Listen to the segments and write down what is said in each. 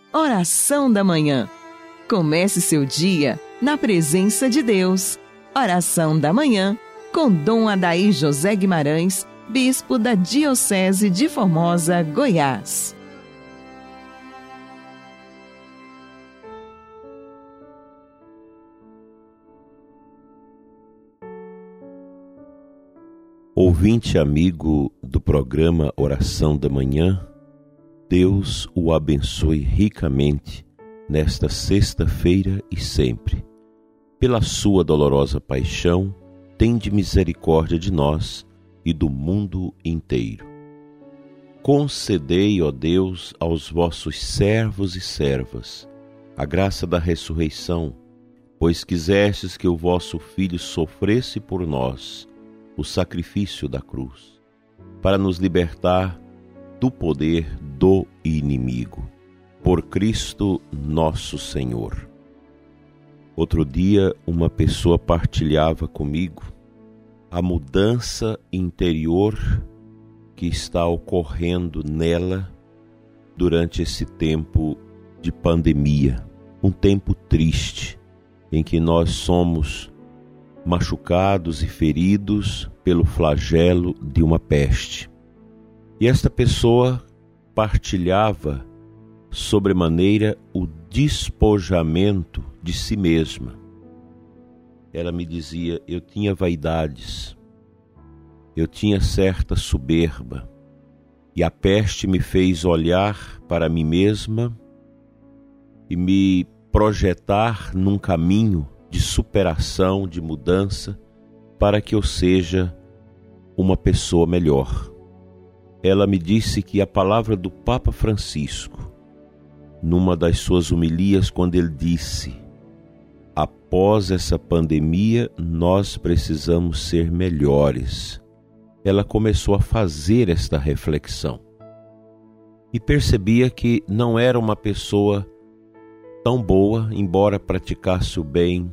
Oração da Manhã. Comece seu dia na presença de Deus. Oração da Manhã com Dom Adair José Guimarães, Bispo da Diocese de Formosa, Goiás. Ouvinte amigo do programa Oração da Manhã, Deus o abençoe ricamente nesta sexta-feira e sempre. Pela sua dolorosa paixão, tende misericórdia de nós e do mundo inteiro. Concedei, ó Deus, aos vossos servos e servas a graça da ressurreição, pois quisestes que o vosso Filho sofresse por nós o sacrifício da cruz, para nos libertar do poder do inimigo. Por Cristo nosso Senhor. Outro dia, uma pessoa partilhava comigo a mudança interior que está ocorrendo nela durante esse tempo de pandemia. Um tempo triste, em que nós somos machucados e feridos pelo flagelo de uma peste. E esta pessoa partilhava sobremaneira o despojamento de si mesma. Ela me dizia: eu tinha vaidades, eu tinha certa soberba, e a peste me fez olhar para mim mesma e me projetar num caminho de superação, de mudança, para que eu seja uma pessoa melhor. Ela me disse que a palavra do Papa Francisco, numa das suas homilias, quando ele disse: após essa pandemia, nós precisamos ser melhores. Ela começou a fazer esta reflexão e percebia que não era uma pessoa tão boa, embora praticasse o bem,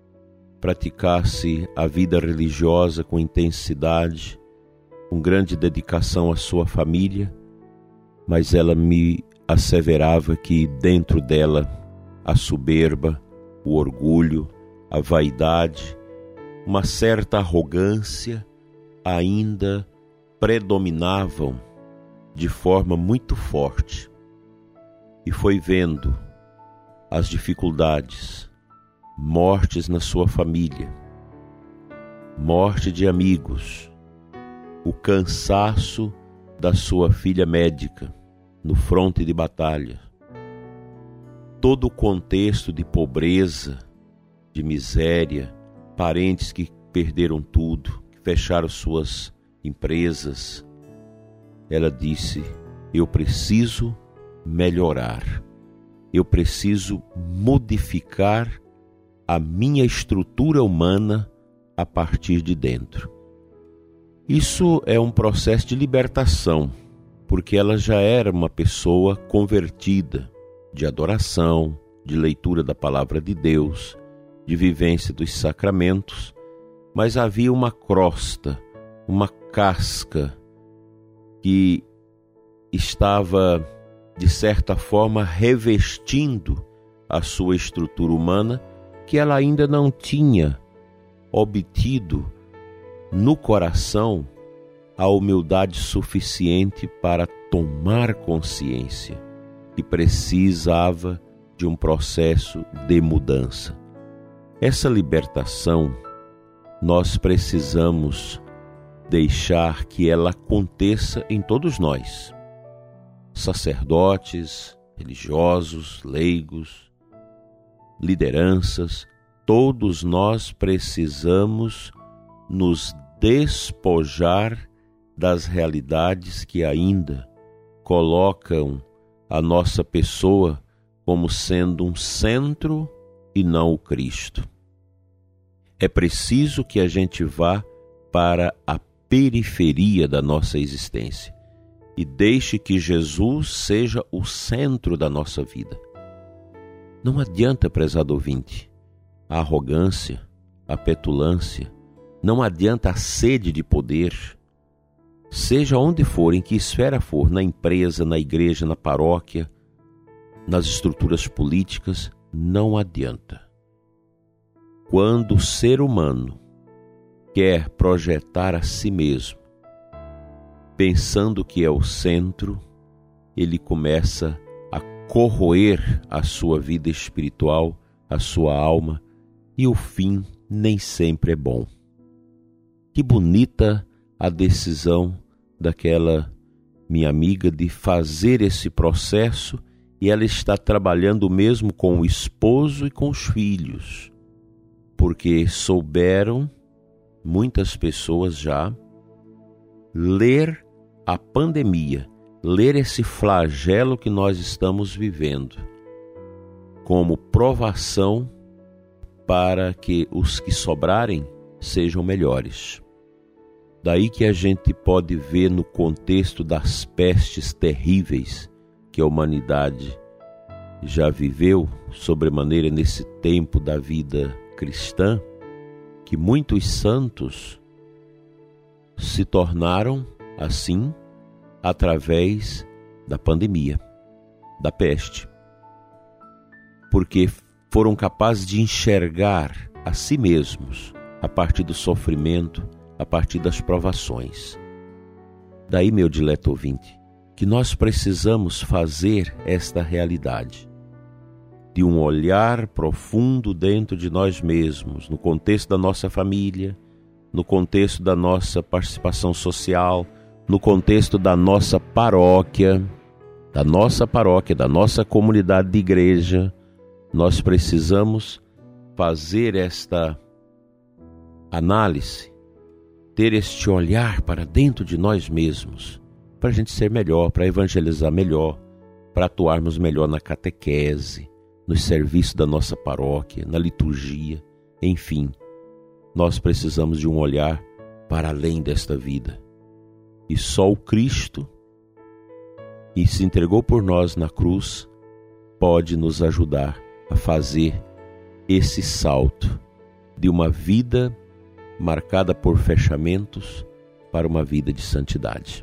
praticasse a vida religiosa com intensidade, com grande dedicação à sua família, mas ela me asseverava que dentro dela a soberba, o orgulho, a vaidade, uma certa arrogância ainda predominavam de forma muito forte. E foi vendo as dificuldades, mortes na sua família, morte de amigos, o cansaço da sua filha médica no fronte de batalha, todo o contexto de pobreza, de miséria, parentes que perderam tudo, que fecharam suas empresas. Ela disse: eu preciso melhorar, eu preciso modificar a minha estrutura humana a partir de dentro. Isso é um processo de libertação, porque ela já era uma pessoa convertida, de adoração, de leitura da palavra de Deus, de vivência dos sacramentos, mas havia uma crosta, uma casca que estava, de certa forma, revestindo a sua estrutura humana, que ela ainda não tinha obtido no coração a humildade suficiente para tomar consciência que precisava de um processo de mudança. Essa libertação, nós precisamos deixar que ela aconteça em todos nós, sacerdotes, religiosos, leigos, lideranças, todos nós precisamos nos despojar das realidades que ainda colocam a nossa pessoa como sendo um centro e não o Cristo. É preciso que a gente vá para a periferia da nossa existência e deixe que Jesus seja o centro da nossa vida. Não adianta, prezado ouvinte, a arrogância, a petulância, não adianta a sede de poder, seja onde for, em que esfera for, na empresa, na igreja, na paróquia, nas estruturas políticas, não adianta. Quando o ser humano quer projetar a si mesmo, pensando que é o centro, ele começa a corroer a sua vida espiritual, a sua alma, e o fim nem sempre é bom. Que bonita a decisão daquela minha amiga de fazer esse processo, e ela está trabalhando mesmo com o esposo e com os filhos, porque souberam, muitas pessoas já, ler a pandemia, ler esse flagelo que nós estamos vivendo, como provação para que os que sobrarem sejam melhores. Daí que a gente pode ver no contexto das pestes terríveis que a humanidade já viveu, sobremaneira nesse tempo da vida cristã, que muitos santos se tornaram assim através da pandemia, da peste, porque foram capazes de enxergar a si mesmos a partir do sofrimento, a partir das provações. Daí, meu dileto ouvinte, que nós precisamos fazer esta realidade de um olhar profundo dentro de nós mesmos, no contexto da nossa família, no contexto da nossa participação social, no contexto da nossa paróquia, da nossa comunidade de igreja. Nós precisamos fazer esta análise, ter este olhar para dentro de nós mesmos, para a gente ser melhor, para evangelizar melhor, para atuarmos melhor na catequese, nos serviços da nossa paróquia, na liturgia, enfim. Nós precisamos de um olhar para além desta vida. E só o Cristo, que se entregou por nós na cruz, pode nos ajudar a fazer esse salto de uma vida marcada por fechamentos para uma vida de santidade.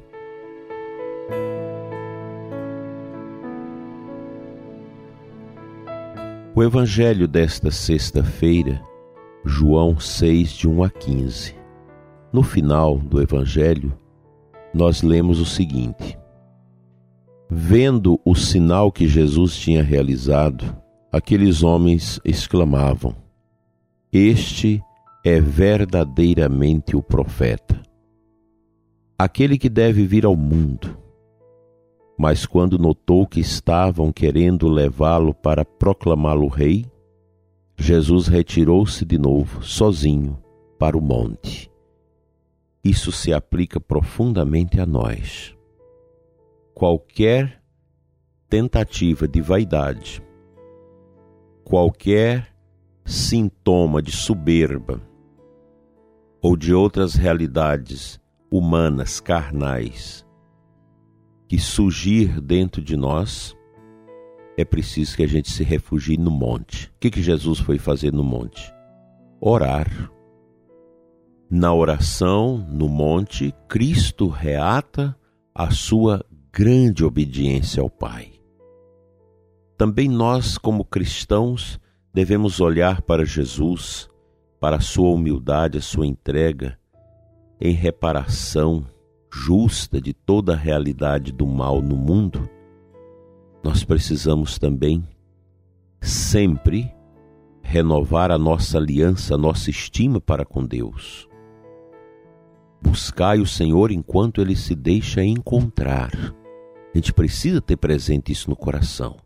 O Evangelho desta sexta-feira, João 6, de 1 a 15. No final do Evangelho, nós lemos o seguinte: vendo o sinal que Jesus tinha realizado, aqueles homens exclamavam: este é verdadeiramente o profeta, aquele que deve vir ao mundo. Mas quando notou que estavam querendo levá-lo para proclamá-lo rei, Jesus retirou-se de novo, sozinho, para o monte. Isso se aplica profundamente a nós. Qualquer tentativa de vaidade, qualquer sintoma de soberba ou de outras realidades humanas, carnais, que surgir dentro de nós, é preciso que a gente se refugie no monte. O que Jesus foi fazer no monte? Orar. Na oração, no monte, Cristo reata a sua grande obediência ao Pai. Também nós, como cristãos, devemos olhar para Jesus, para a sua humildade, a sua entrega, em reparação justa de toda a realidade do mal no mundo. Nós precisamos também sempre renovar a nossa aliança, a nossa estima para com Deus. Buscai o Senhor enquanto Ele se deixa encontrar. A gente precisa ter presente isso no coração.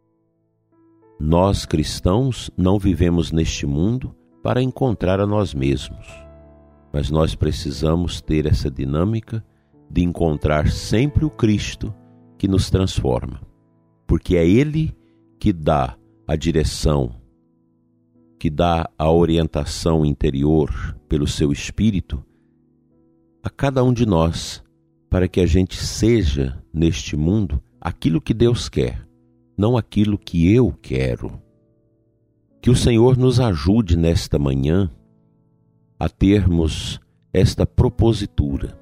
Nós, cristãos, não vivemos neste mundo para encontrar a nós mesmos, mas nós precisamos ter essa dinâmica de encontrar sempre o Cristo que nos transforma, porque é Ele que dá a direção, que dá a orientação interior pelo seu Espírito a cada um de nós, para que a gente seja neste mundo aquilo que Deus quer, não aquilo que eu quero. Que o Senhor nos ajude nesta manhã a termos esta propositura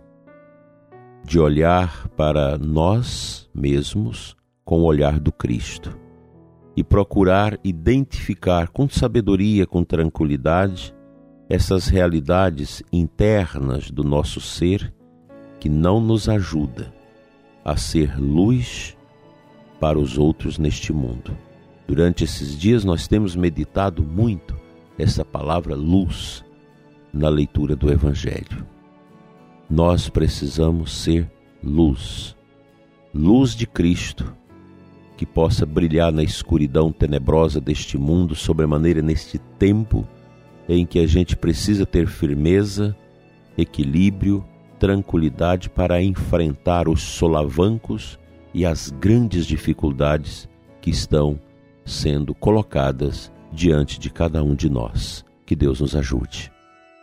de olhar para nós mesmos com o olhar do Cristo e procurar identificar com sabedoria, com tranquilidade, essas realidades internas do nosso ser que não nos ajuda a ser luz para os outros neste mundo. Durante esses dias nós temos meditado muito essa palavra luz na leitura do Evangelho. Nós precisamos ser luz, luz de Cristo, que possa brilhar na escuridão tenebrosa deste mundo, sobremaneira neste tempo em que a gente precisa ter firmeza, equilíbrio, tranquilidade para enfrentar os solavancos e as grandes dificuldades que estão sendo colocadas diante de cada um de nós. Que Deus nos ajude.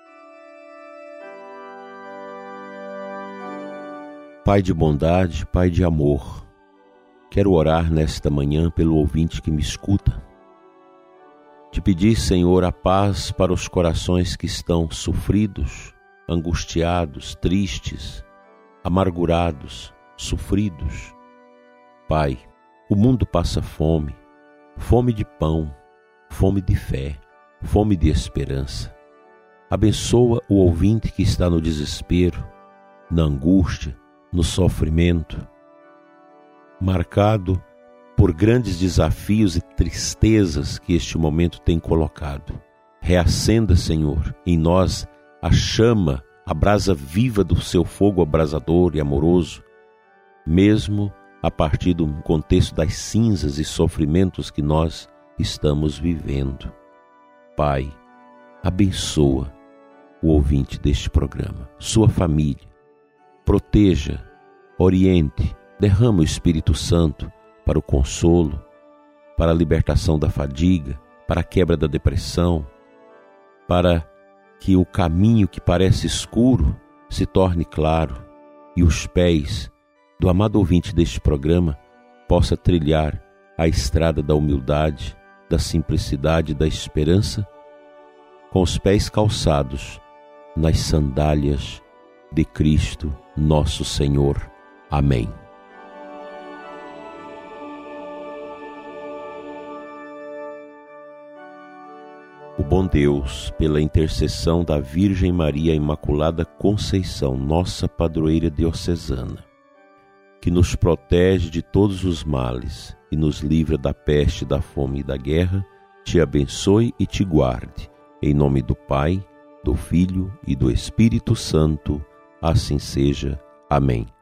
Pai de bondade, Pai de amor, quero orar nesta manhã pelo ouvinte que me escuta. Te pedir, Senhor, a paz para os corações que estão sofridos, angustiados, tristes, amargurados, sofridos. Pai, o mundo passa fome, fome de pão, fome de fé, fome de esperança. Abençoa o ouvinte que está no desespero, na angústia, no sofrimento, marcado por grandes desafios e tristezas que este momento tem colocado. Reacenda, Senhor, em nós a chama, a brasa viva do seu fogo abrasador e amoroso, mesmo a partir do contexto das cinzas e sofrimentos que nós estamos vivendo. Pai, abençoa o ouvinte deste programa, sua família, proteja, oriente, derrama o Espírito Santo para o consolo, para a libertação da fadiga, para a quebra da depressão, para que o caminho que parece escuro se torne claro e os pés do amado ouvinte deste programa possa trilhar a estrada da humildade, da simplicidade e da esperança, com os pés calçados nas sandálias de Cristo, nosso Senhor. Amém. O bom Deus, pela intercessão da Virgem Maria Imaculada Conceição, nossa padroeira diocesana, que nos protege de todos os males e nos livra da peste, da fome e da guerra, te abençoe e te guarde. Em nome do Pai, do Filho e do Espírito Santo, assim seja. Amém.